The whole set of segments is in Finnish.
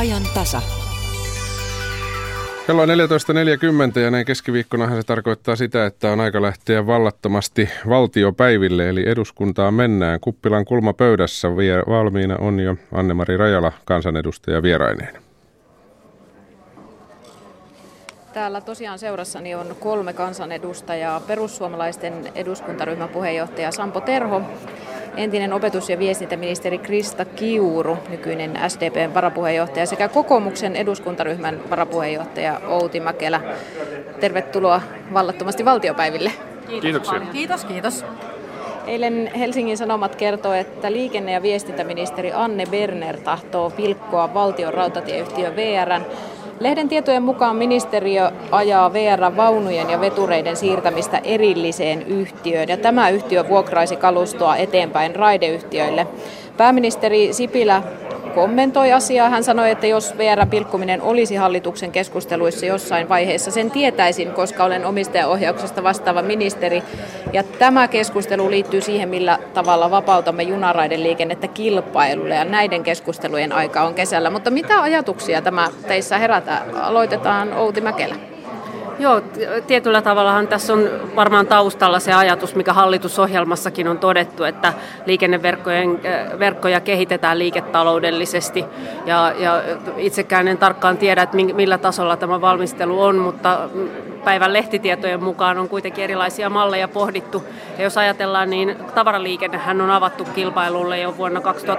Ajan tasa. Kello on 14.40 ja näin keskiviikkonahan se tarkoittaa sitä, että on aika lähteä vallattomasti valtiopäiville, eli eduskuntaan mennään. Kuppilan kulmapöydässä valmiina on jo Anne-Mari Rajala kansanedustaja vieraineen. Täällä tosiaan seurassani on 3 kansanedustajaa. Perussuomalaisten eduskuntaryhmän puheenjohtaja Sampo Terho, entinen opetus- ja viestintäministeri Krista Kiuru, nykyinen SDP:n varapuheenjohtaja, sekä kokoomuksen eduskuntaryhmän varapuheenjohtaja Outi Mäkelä. Tervetuloa vallattomasti valtiopäiville. Kiitoksia. Kiitos. Eilen Helsingin Sanomat kertoo, että liikenne- ja viestintäministeri Anne Berner tahtoo pilkkoa valtion rautatieyhtiö VR:n. Lehden tietojen mukaan ministeriö ajaa VR-vaunujen ja vetureiden siirtämistä erilliseen yhtiöön, ja tämä yhtiö vuokraisi kalustoa eteenpäin raideyhtiöille. Pääministeri Sipilä kommentoi asiaa. Hän sanoi, että jos VR-pilkkominen olisi hallituksen keskusteluissa jossain vaiheessa, sen tietäisin, koska olen omistajaohjauksesta vastaava ministeri. Ja tämä keskustelu liittyy siihen, millä tavalla vapautamme junaraideliikennettä kilpailulle, ja näiden keskustelujen aika on kesällä. Mutta mitä ajatuksia tämä teissä herätä? Aloitetaan Outi Mäkelä. Joo, tietyllä tavallahan tässä on varmaan taustalla se ajatus, mikä hallitusohjelmassakin on todettu, että liikenneverkkoja kehitetään liiketaloudellisesti. Ja itsekään en tarkkaan tiedä, että millä tasolla tämä valmistelu on, mutta päivän lehtitietojen mukaan on kuitenkin erilaisia malleja pohdittu. Ja jos ajatellaan, niin tavaraliikennehän on avattu kilpailulle jo vuonna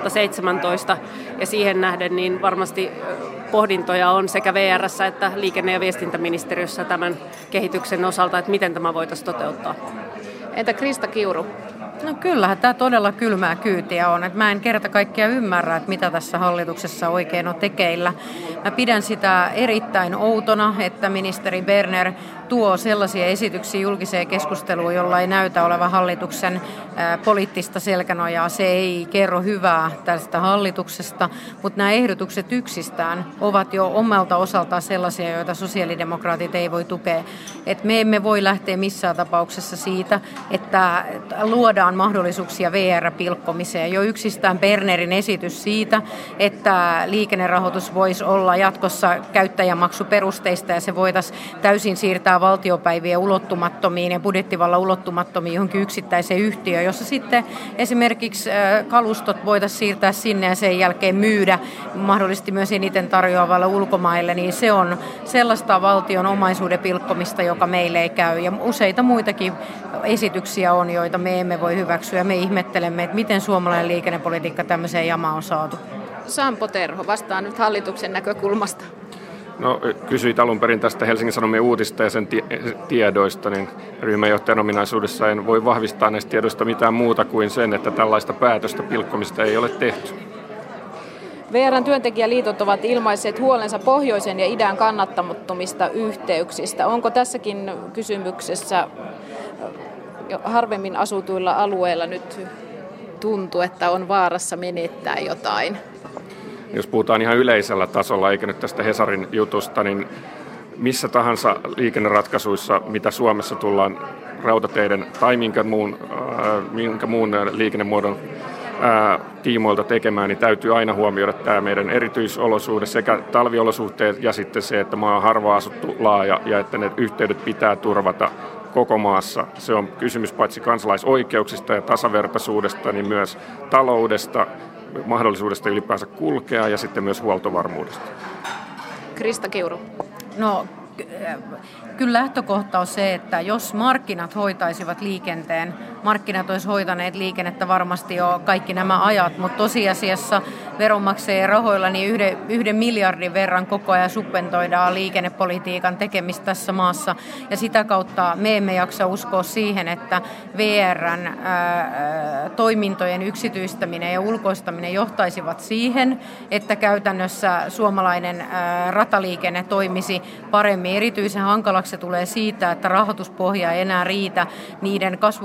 2017, ja siihen nähden niin varmasti pohdintoja on sekä VR:ssä että liikenne- ja viestintäministeriössä tämän kehityksen osalta, että miten tämä voitaisiin toteuttaa. Entä Krista Kiuru? No kyllähän tämä todella kylmää kyytiä on. Että mä en kerta kaikkiaan ymmärrä, että mitä tässä hallituksessa oikein on tekeillä. Mä pidän sitä erittäin outona, että ministeri Berner tuo sellaisia esityksiä julkiseen keskusteluun, jolla ei näytä olevan hallituksen poliittista selkänojaa. Se ei kerro hyvää tästä hallituksesta, mutta nämä ehdotukset yksistään ovat jo omalta osaltaan sellaisia, joita sosiaalidemokraatit ei voi tukea. Et me emme voi lähteä missään tapauksessa siitä, että luodaan mahdollisuuksia VR-pilkkomiseen. Jo yksistään Bernerin esitys siitä, että liikennerahoitus voisi olla jatkossa käyttäjämaksuperusteista ja se voitaisiin täysin siirtää valtiopäivien ulottumattomiin ja budjettivallan ulottumattomiin johonkin yksittäiseen yhtiöön, jossa sitten esimerkiksi kalustot voitaisiin siirtää sinne ja sen jälkeen myydä mahdollisesti myös eniten tarjoavalle ulkomaille, niin se on sellaista valtion omaisuuden pilkkomista, joka meille ei käy. Ja useita muitakin esityksiä on, joita me emme voi hyväksyä. Me ihmettelemme, että miten suomalainen liikennepolitiikka tämmöiseen jamaan on saatu. Sampo Terho vastaa nyt hallituksen näkökulmasta. No, kysyit alun perin tästä Helsingin Sanomien uutista ja sen tiedoista, niin ryhmänjohtajan ominaisuudessa en voi vahvistaa näistä tiedoista mitään muuta kuin sen, että tällaista päätöstä pilkkomista ei ole tehty. VR:n työntekijäliitot ovat ilmaisseet huolensa pohjoisen ja idän kannattamattomista yhteyksistä. Onko tässäkin kysymyksessä harvemmin asutuilla alueilla nyt tuntuu, että on vaarassa menettää jotain? Jos puhutaan ihan yleisellä tasolla, eikä nyt tästä Hesarin jutusta, niin missä tahansa liikenneratkaisuissa, mitä Suomessa tullaan rautateiden tai minkä muun liikennemuodon tiimoilta tekemään, niin täytyy aina huomioida tämä meidän erityisolosuhde sekä talviolosuhteet ja sitten se, että maa on harvaan asuttu laaja ja että ne yhteydet pitää turvata koko maassa. Se on kysymys paitsi kansalaisoikeuksista ja tasavertaisuudesta, niin myös taloudesta, mahdollisuudesta ylipäänsä kulkea ja sitten myös huoltovarmuudesta. Krista Kiuru. No, kyllä lähtökohta on se, että jos markkinat hoitaisivat liikenteen, markkinat olisi hoitaneet liikennettä varmasti jo kaikki nämä ajat, mutta tosiasiassa veronmaksajien rahoilla niin 1 miljardin verran koko ajan subventoidaan liikennepolitiikan tekemistä tässä maassa, ja sitä kautta me emme jaksa uskoa siihen, että VR:n toimintojen yksityistäminen ja ulkoistaminen johtaisivat siihen, että käytännössä suomalainen rataliikenne toimisi paremmin. Erityisen hankalaksi se tulee siitä, että rahoituspohja ei enää riitä niiden kasvukeskusalueiden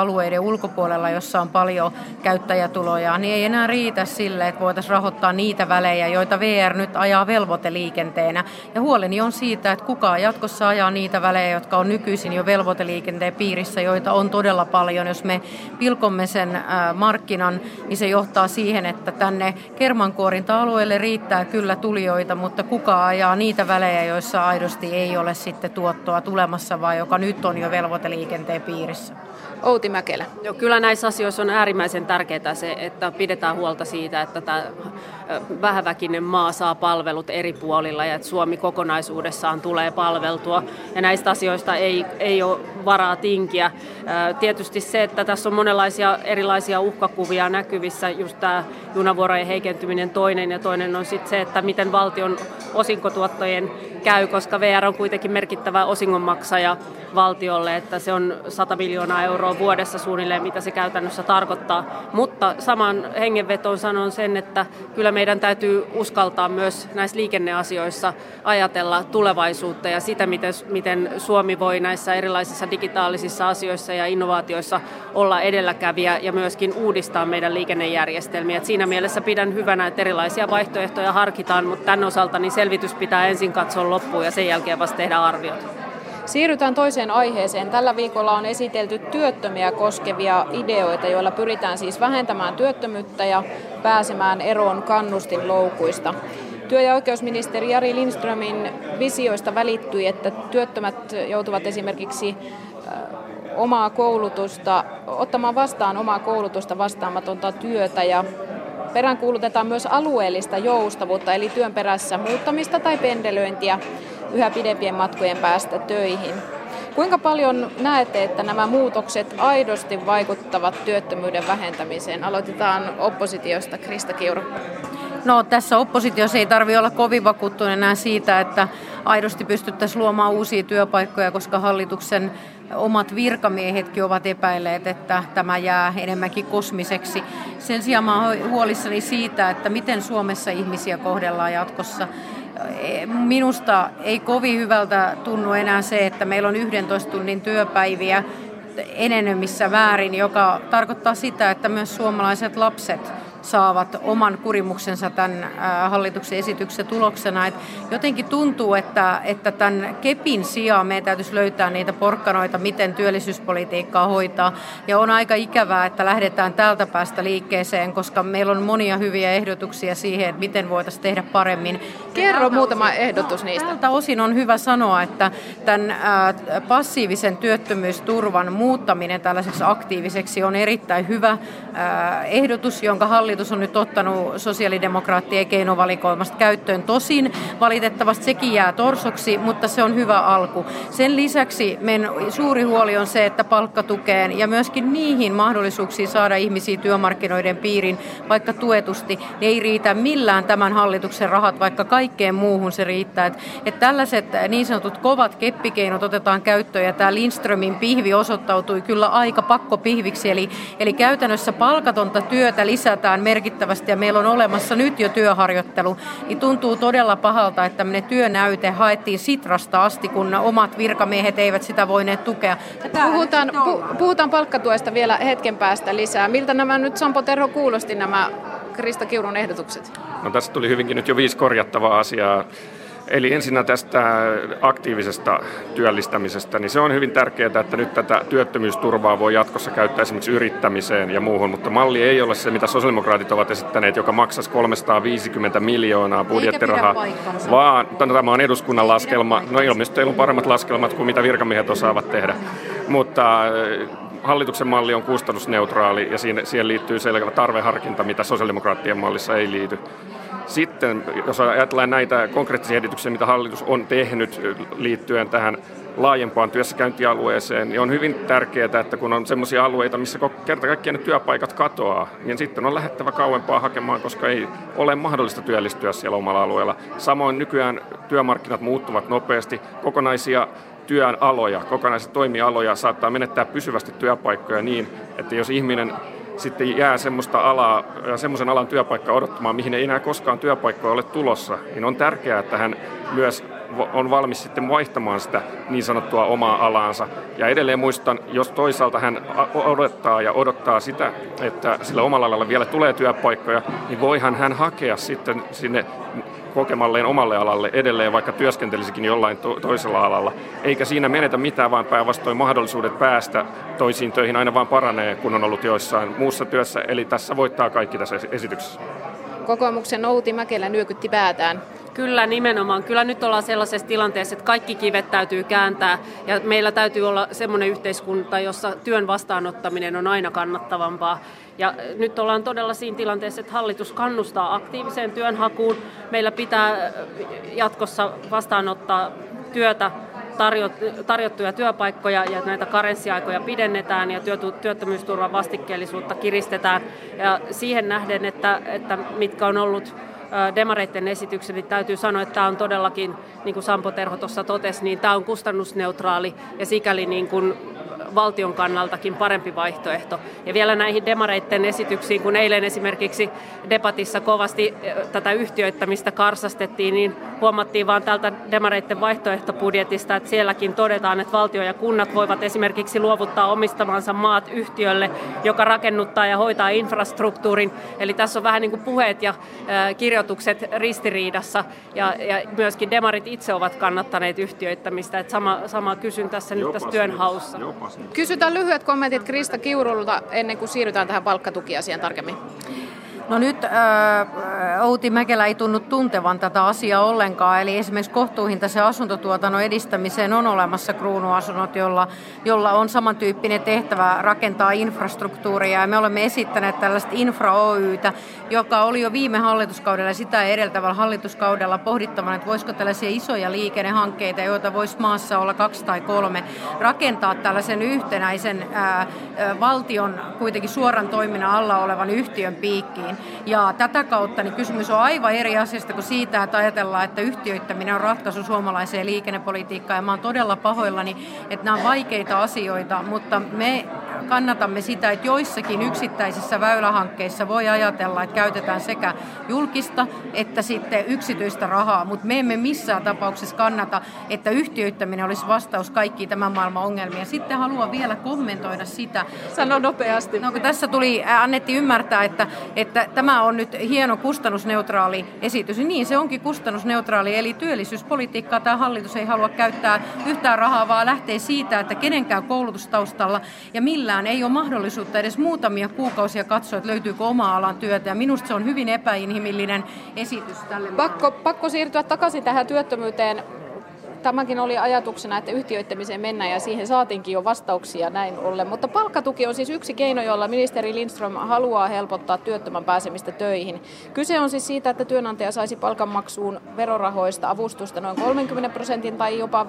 alueiden ulkopuolella, jossa on paljon käyttäjätuloja, niin ei enää riitä sille, että voitaisiin rahoittaa niitä välejä, joita VR nyt ajaa velvoiteliikenteenä. Ja huoleni on siitä, että kuka jatkossa ajaa niitä välejä, jotka on nykyisin jo velvoiteliikenteen piirissä, joita on todella paljon. Jos me pilkomme sen markkinan, niin se johtaa siihen, että tänne kermankuorinta-alueelle riittää kyllä tulijoita, mutta kuka ajaa niitä välejä, joissa aidosti ei ole sitten tuottoa tulemassa, vaan joka nyt on jo velvoiteliikenteen piirissä. Outi Mäkelä. Joo, kyllä näissä asioissa on äärimmäisen tärkeää se, että pidetään huolta siitä, että tämä vähäväkinen maa saa palvelut eri puolilla ja että Suomi kokonaisuudessaan tulee palveltua. Ja näistä asioista ei ole varaa tinkiä. Tietysti se, että tässä on monenlaisia erilaisia uhkakuvia näkyvissä, just tämä junavuorojen heikentyminen toinen, ja toinen on sitten se, että miten valtion osinkotuottojen käy, koska VR on kuitenkin merkittävä osingonmaksaja valtiolle, että se on 100 miljoonaa euroa vuodessa suunnilleen, mitä se käytännössä tarkoittaa. Mutta saman hengenvetoon sanon sen, että kyllä meidän täytyy uskaltaa myös näissä liikenneasioissa ajatella tulevaisuutta ja sitä, miten Suomi voi näissä erilaisissa digitaalisissa asioissa ja innovaatioissa olla edelläkävijä ja myöskin uudistaa meidän liikennejärjestelmiä. Et siinä mielessä pidän hyvänä, että erilaisia vaihtoehtoja harkitaan, mutta tämän osalta niin selvitys pitää ensin katsoa loppuun ja sen jälkeen vasta tehdä arviot. Siirrytään toiseen aiheeseen. Tällä viikolla on esitelty työttömiä koskevia ideoita, joilla pyritään siis vähentämään työttömyyttä ja pääsemään eroon kannustinloukuista. Työ- ja oikeusministeri Jari Lindströmin visioista välittyi, että työttömät joutuvat esimerkiksi ottamaan vastaan omaa koulutusta vastaamatonta työtä ja peräänkuulutetaan myös alueellista joustavuutta, eli työn perässä muuttamista tai pendelöintiä yhä pidempien matkojen päästä töihin. Kuinka paljon näette, että nämä muutokset aidosti vaikuttavat työttömyyden vähentämiseen? Aloitetaan oppositiosta. Krista Kiuru. No, tässä oppositiossa ei tarvitse olla kovin vakuuttunut enää siitä, että aidosti pystyttäisiin luomaan uusia työpaikkoja, koska hallituksen omat virkamiehetkin ovat epäilleet, että tämä jää enemmänkin kosmiseksi. Sen sijaan mä olen huolissani siitä, että miten Suomessa ihmisiä kohdellaan jatkossa. Minusta ei kovin hyvältä tunnu enää se, että meillä on 11 tunnin työpäiviä enenevissä määrin, joka tarkoittaa sitä, että myös suomalaiset lapset saavat oman kurimuksensa tämän hallituksen esityksen tuloksena. Et jotenkin tuntuu, että tämän kepin sijaan meidän täytyisi löytää niitä porkkanoita, miten työllisyyspolitiikkaa hoitaa. Ja on aika ikävää, että lähdetään täältä päästä liikkeeseen, koska meillä on monia hyviä ehdotuksia siihen, että miten voitaisiin tehdä paremmin. Kerro muutama ehdotus niistä. Tältä osin on hyvä sanoa, että tämän passiivisen työttömyysturvan muuttaminen tällaiseksi aktiiviseksi on erittäin hyvä ehdotus, jonka hallitus on nyt ottanut sosiaalidemokraattien keinovalikoimasta käyttöön. Tosin valitettavasti sekin jää torsoksi, mutta se on hyvä alku. Sen lisäksi meidän suuri huoli on se, että palkkatukeen ja myöskin niihin mahdollisuuksiin saada ihmisiä työmarkkinoiden piiriin, vaikka tuetusti, niin ei riitä millään tämän hallituksen rahat, vaikka kaikkeen muuhun se riittää. Että tällaiset niin sanotut kovat keppikeinot otetaan käyttöön, ja tämä Lindströmin pihvi osoittautui kyllä aika pakkopihviksi, eli käytännössä palkatonta työtä lisätään merkittävästi ja meillä on olemassa nyt jo työharjoittelu, niin tuntuu todella pahalta, että tämmöinen työnäyte haettiin Sitrasta asti, kun omat virkamiehet eivät sitä voineet tukea. Puhutaan palkkatuesta vielä hetken päästä lisää. Miltä nämä nyt, Sampo Terho, kuulosti nämä Krista Kiurun ehdotukset? No, tässä tuli hyvinkin nyt jo 5 korjattavaa asiaa. Eli ensinnä tästä aktiivisesta työllistämisestä, niin se on hyvin tärkeää, että nyt tätä työttömyysturvaa voi jatkossa käyttää esimerkiksi yrittämiseen ja muuhun, mutta malli ei ole se, mitä sosiaalidemokraatit ovat esittäneet, joka maksaisi 350 miljoonaa budjettirahaa, vaan tämä on eduskunnan laskelma. No ilmeisesti teillä on paremmat laskelmat kuin mitä virkamiehet osaavat tehdä, mutta hallituksen malli on kustannusneutraali ja siihen liittyy selvä tarveharkinta, mitä sosiaalidemokraattien mallissa ei liity. Sitten, jos ajatellaan näitä konkreettisia esityksiä, mitä hallitus on tehnyt liittyen tähän laajempaan työssäkäyntialueeseen, niin on hyvin tärkeää, että kun on sellaisia alueita, missä kerta kaikkiaan ne työpaikat katoaa, niin sitten on lähdettävä kauempaa hakemaan, koska ei ole mahdollista työllistyä siellä omalla alueella. Samoin nykyään työmarkkinat muuttuvat nopeasti, kokonaisia kokonaisia toimialoja saattaa menettää pysyvästi työpaikkoja niin, että jos ihminen sitten jää semmoisen alan työpaikkaa odottamaan, mihin ei enää koskaan työpaikkoja ole tulossa, niin on tärkeää, että hän myös on valmis sitten vaihtamaan sitä niin sanottua omaa alaansa. Ja edelleen muistan, jos toisaalta hän odottaa sitä, että sillä omalla alalla vielä tulee työpaikkoja, niin voihan hän hakea sitten sinne kokemalleen omalle alalle edelleen, vaikka työskentelisikin jollain toisella alalla. Eikä siinä menetä mitään, vaan päinvastoin mahdollisuudet päästä toisiin töihin aina vaan paranee, kun on ollut joissain muussa työssä. Eli tässä voittaa kaikki tässä esityksessä. Kokoomuksen Outi Mäkelä nyökytti päätään. Kyllä, nimenomaan. Kyllä nyt ollaan sellaisessa tilanteessa, että kaikki kivet täytyy kääntää ja meillä täytyy olla semmoinen yhteiskunta, jossa työn vastaanottaminen on aina kannattavampaa. Ja nyt ollaan todella siinä tilanteessa, että hallitus kannustaa aktiiviseen työnhakuun. Meillä pitää jatkossa vastaanottaa työtä, tarjottuja työpaikkoja ja näitä karenssiaikoja pidennetään ja työttömyysturvan vastikkeellisuutta kiristetään. Ja siihen nähden, että mitkä on ollut demareiden esityksen, niin täytyy sanoa, että tämä on todellakin, niin kuin Sampo Terho tuossa totesi, niin tämä on kustannusneutraali ja sikäli niin kuin valtion kannaltakin parempi vaihtoehto. Ja vielä näihin demareiden esityksiin, kun eilen esimerkiksi debatissa kovasti tätä yhtiöittämistä karsastettiin, niin huomattiin vaan tältä demareiden vaihtoehtobudjetista, että sielläkin todetaan, että valtio ja kunnat voivat esimerkiksi luovuttaa omistamansa maat yhtiölle, joka rakennuttaa ja hoitaa infrastruktuurin. Eli tässä on vähän niin kuin puheet ja kirjoitukset ristiriidassa ja myöskin demarit itse ovat kannattaneet yhtiöittämistä. Että sama kysyn tässä nyt tässä työnhaussa. Kysytään lyhyet kommentit Krista Kiurulta ennen kuin siirrytään tähän palkkatukiasiaan tarkemmin. No nyt Outi Mäkelä ei tunnu tuntevan tätä asiaa ollenkaan, eli esimerkiksi kohtuuhintaisen asuntotuotannon edistämiseen on olemassa Kruunuasunnot, jolla on samantyyppinen tehtävä rakentaa infrastruktuuria, ja me olemme esittäneet tällaista Infra Oy:tä, joka oli jo viime hallituskaudella ja sitä edeltävällä hallituskaudella pohdittavana, että voisiko tällaisia isoja liikennehankkeita, joita voisi maassa olla 2 tai 3, rakentaa tällaisen yhtenäisen valtion kuitenkin suoran toiminnan alla olevan yhtiön piikkiin. Ja tätä kautta niin kysymys on aivan eri asiasta kuin siitä, että ajatellaan, että yhtiöittäminen on ratkaisu suomalaiseen liikennepolitiikkaan. Ja mä oon todella pahoillani, että nämä on vaikeita asioita, mutta me kannatamme sitä, että joissakin yksittäisissä väylähankkeissa voi ajatella, että käytetään sekä julkista että sitten yksityistä rahaa, mutta me emme missään tapauksessa kannata, että yhtiöittäminen olisi vastaus kaikkiin tämän maailman ongelmiin. Sitten haluan vielä kommentoida sitä. Sano nopeasti. No, kun tässä annettiin ymmärtää, että tämä on nyt hieno kustannusneutraali esitys. Niin se onkin kustannusneutraali, eli työllisyyspolitiikkaa tämä hallitus ei halua käyttää yhtään rahaa, vaan lähtee siitä, että kenenkään koulutustaustalla ja millään ei ole mahdollisuutta edes muutamia kuukausia katsoa, että löytyykö oma alan työtä. Ja minusta se on hyvin epäinhimillinen esitys tälle Pakko siirtyä takaisin tähän työttömyyteen. Tämäkin oli ajatuksena, että yhtiöittämiseen mennään ja siihen saatiinkin jo vastauksia näin ollen. Mutta palkkatuki on siis yksi keino, jolla ministeri Lindström haluaa helpottaa työttömän pääsemistä töihin. Kyse on siis siitä, että työnantaja saisi palkanmaksuun verorahoista avustusta noin 30% tai jopa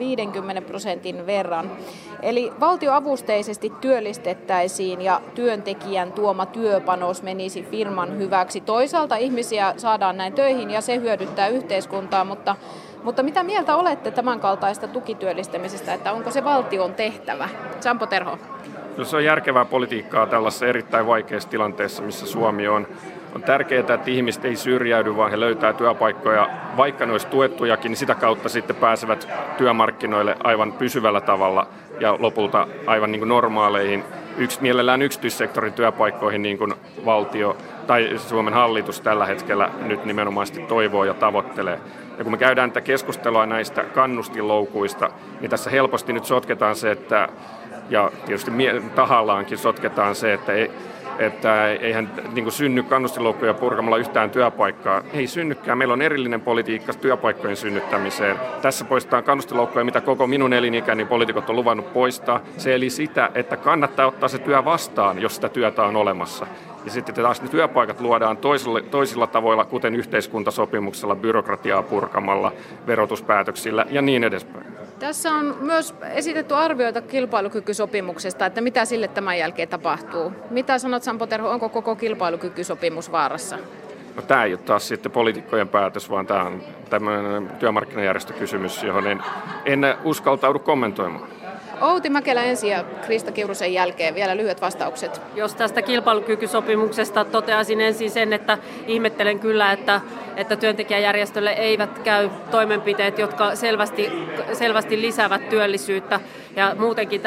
50% verran. Eli valtioavusteisesti työllistettäisiin ja työntekijän tuoma työpanos menisi firman hyväksi. Toisaalta ihmisiä saadaan näin töihin ja se hyödyttää yhteiskuntaa, mutta mitä mieltä olette tämän kaltaista tukityöllistämisestä, että onko se valtion tehtävä? Sampo Terho. Kyllä se on järkevää politiikkaa tällaisessa erittäin vaikeassa tilanteessa, missä Suomi on. On tärkeää, että ihmiset ei syrjäydy, vaan he löytää työpaikkoja, vaikka ne olisi tuettujakin, niin sitä kautta sitten pääsevät työmarkkinoille aivan pysyvällä tavalla ja lopulta aivan niin kuin normaaleihin, mielellään yksityissektorin työpaikkoihin, niin kuin valtio tai Suomen hallitus tällä hetkellä nyt nimenomaisesti toivoo ja tavoittelee. Ja kun me käydään tätä keskustelua näistä kannustinloukuista, niin tässä helposti nyt sotketaan se, että, ja tietysti tahallaankin sotketaan se, että eihän niin kuin synny kannustinloukkuja purkamalla yhtään työpaikkaa. Ei synnykään. Meillä on erillinen politiikka työpaikkojen synnyttämiseen. Tässä poistetaan kannustinloukkuja, mitä koko minun elinikäni poliitikot on luvannut poistaa. Se eli sitä, että kannattaa ottaa se työ vastaan, jos sitä työtä on olemassa. Ja sitten taas ne työpaikat luodaan toisilla tavoilla, kuten yhteiskuntasopimuksella, byrokratiaa purkamalla, verotuspäätöksillä ja niin edespäin. Tässä on myös esitetty arvioita kilpailukykysopimuksesta, että mitä sille tämän jälkeen tapahtuu. Mitä sanot, Sampo Terho, onko koko kilpailukykysopimus vaarassa? No, tämä ei ole taas sitten poliitikkojen päätös, vaan tämä on tämmöinen työmarkkinajärjestökysymys, johon en uskaltaudu kommentoimaan. Outi Mäkelä ensin ja Krista Kiuru sen jälkeen. Vielä lyhyet vastaukset. Jos tästä kilpailukykysopimuksesta toteaisin ensin sen, että ihmettelen kyllä, että työntekijäjärjestölle eivät käy toimenpiteet, jotka selvästi lisäävät työllisyyttä. Ja muutenkin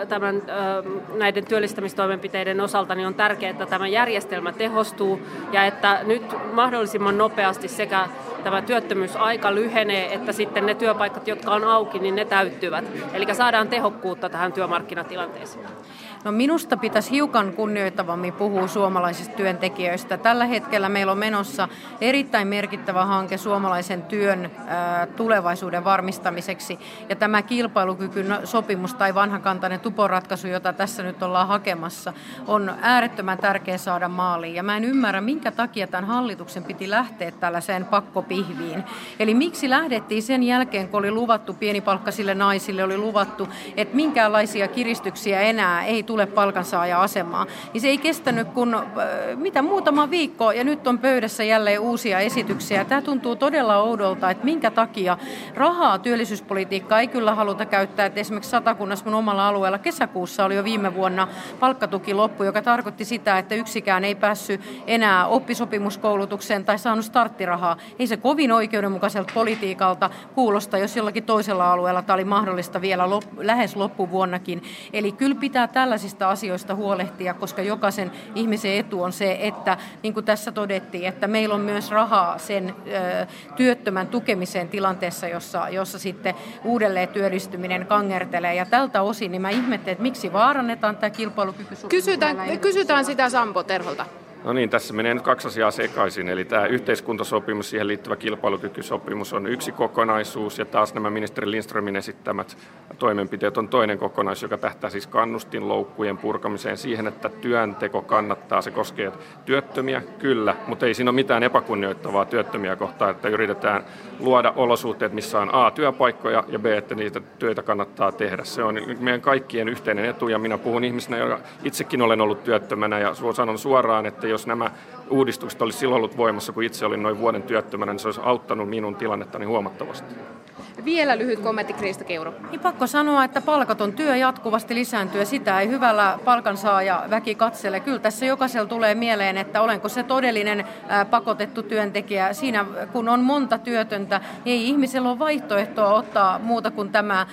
näiden työllistämistoimenpiteiden osalta niin on tärkeää, että tämä järjestelmä tehostuu ja että nyt mahdollisimman nopeasti sekä tämä työttömyysaika lyhenee, että sitten ne työpaikat, jotka on auki, niin ne täyttyvät. Eli saadaan tehokkuutta tähän työmarkkinatilanteeseen. No minusta pitäisi hiukan kunnioittavammin puhua suomalaisista työntekijöistä. Tällä hetkellä meillä on menossa erittäin merkittävä hanke suomalaisen työn tulevaisuuden varmistamiseksi. Ja tämä kilpailukykysopimus tai vanhakantainen tuporatkaisu, jota tässä nyt ollaan hakemassa, on äärettömän tärkeä saada maaliin. Ja mä en ymmärrä, minkä takia tämän hallituksen piti lähteä tällaiseen pakkopihviin. Eli miksi lähdettiin sen jälkeen, kun oli luvattu pienipalkkaisille naisille, oli luvattu, että minkäänlaisia kiristyksiä enää ei tule palkansaaja-asemaan. Niin se ei kestänyt kuin muutama viikko ja nyt on pöydässä jälleen uusia esityksiä. Tämä tuntuu todella oudolta, että minkä takia rahaa työllisyyspolitiikkaa ei kyllä haluta käyttää. Että esimerkiksi Satakunnassa mun omalla alueella kesäkuussa oli jo viime vuonna palkkatuki loppu, joka tarkoitti sitä, että yksikään ei päässyt enää oppisopimuskoulutukseen tai saanut starttirahaa. Ei se kovin oikeudenmukaiselta politiikalta kuulosta, jos jollakin toisella alueella tämä oli mahdollista vielä lähes loppuvuonnakin. Eli kyllä pitää tällaisista asioista huolehtia, koska jokaisen ihmisen etu on se, että niin kuin tässä todettiin, että meillä on myös rahaa sen työttömän tukemiseen tilanteessa, jossa sitten uudelleen työllistyminen kangertelee. Ja tältä osin niin mä ihmettelen, että miksi vaarannetaan tämä kilpailukykysopimus. Kysytään sitä Sampo Terholta. No niin, tässä menee nyt kaksi asiaa sekaisin, eli tämä yhteiskuntasopimus, siihen liittyvä kilpailukykysopimus on yksi kokonaisuus, ja taas nämä ministeri Lindströmin esittämät toimenpiteet on toinen kokonaisuus, joka tähtää siis kannustinloukkujen purkamiseen siihen, että työnteko kannattaa. Se koskee työttömiä, kyllä, mutta ei siinä ole mitään epäkunnioittavaa työttömiä kohtaan, että yritetään luoda olosuhteet, missä on A, työpaikkoja, ja B, että niitä töitä kannattaa tehdä. Se on meidän kaikkien yhteinen etu, ja minä puhun ihmisenä, joka itsekin olen ollut työttömänä, ja sanon suoraan, että jos nämä uudistukset olisi silloin ollut voimassa, kun itse olin noin vuoden työttömänä, niin se olisi auttanut minun tilannettani huomattavasti. Vielä lyhyt kommentti Krista Kiuru. Niin pakko sanoa, että palkaton työ jatkuvasti lisääntyy ja sitä ei hyvällä palkansaaja väki katsele. Kyllä tässä jokaisella tulee mieleen, että olenko se todellinen pakotettu työntekijä. Siinä kun on monta työtöntä, niin ei ihmisellä ole vaihtoehtoa ottaa muuta kuin tämä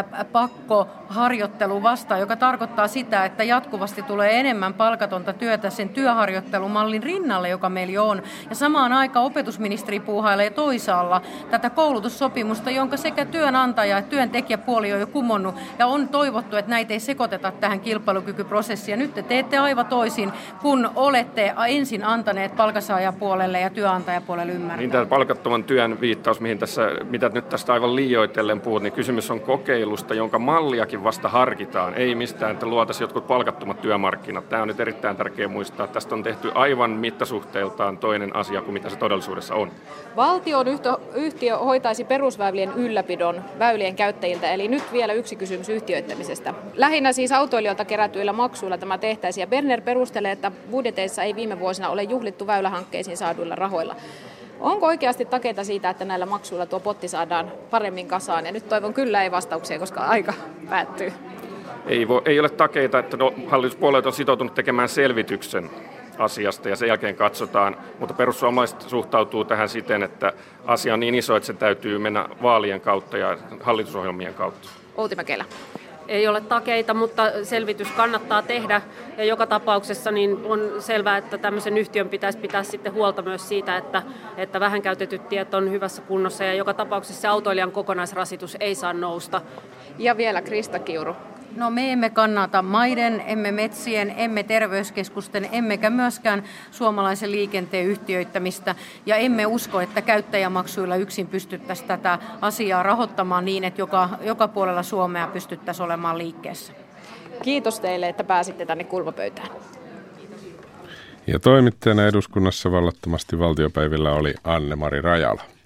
pakkoharjoittelu vastaan, joka tarkoittaa sitä, että jatkuvasti tulee enemmän palkatonta työtä sen työharjoittelumallin rinnalle, joka meillä jo on. Ja samaan aikaan opetusministeri puuhailee toisaalla tätä koulutussopimusta, jonka sekä työnantaja että työntekijäpuoli on jo kumonnut ja on toivottu, että näitä ei sekoiteta tähän kilpailukykyprosessiin. Nyt te teette aivan toisin, kun olette ensin antaneet palkansaajapuolelle ja työnantajapuolelle ymmärtää. Niin tämä palkattoman työn viittaus, mitä nyt tästä aivan liioitellen puhut, niin kysymys on kokeilusta, jonka malliakin vasta harkitaan. Ei mistään, että luotaisiin jotkut palkattomat työmarkkinat. Tämä on nyt erittäin tärkeää muistaa. Tästä on tehty aivan mittasuhteeltaan toinen asia kuin mitä se todellisuudessa on. Valtion yhtiö hoitaisi perusväylien ylläpidon väylien käyttäjiltä, eli nyt vielä yksi kysymys yhtiöittämisestä. Lähinnä siis autoilijoilta kerätyillä maksuilla tämä tehtäisiin, ja Berner perustelee, että budjeteissa ei viime vuosina ole juhlittu väylähankkeisiin saaduilla rahoilla. Onko oikeasti takeita siitä, että näillä maksuilla tuo potti saadaan paremmin kasaan? Ja nyt toivon kyllä ei vastauksia, koska aika päättyy. Ei ole takeita, että hallituspuolueet on sitoutunut tekemään selvityksen asiasta ja sen jälkeen katsotaan, mutta perussuomalaiset suhtautuu tähän siten, että asia on niin iso, että se täytyy mennä vaalien kautta ja hallitusohjelmien kautta. Outi Mäkelä. Ei ole takeita, mutta selvitys kannattaa tehdä ja joka tapauksessa niin on selvää, että tämmöisen yhtiön pitäisi pitää sitten huolta myös siitä, että vähän käytetyt tiet on hyvässä kunnossa ja joka tapauksessa se autoilijan kokonaisrasitus ei saa nousta. Ja vielä Krista Kiuru. No me emme kannata maiden, emme metsien, emme terveyskeskusten, emmekä myöskään suomalaisen liikenteen yhtiöittämistä. Ja emme usko, että käyttäjämaksuilla yksin pystyttäisiin tätä asiaa rahoittamaan niin, että joka puolella Suomea pystyttäisiin olemaan liikkeessä. Kiitos teille, että pääsitte tänne kulmapöytään. Ja toimittajana eduskunnassa vallattomasti valtiopäivillä oli Anne-Mari Rajala.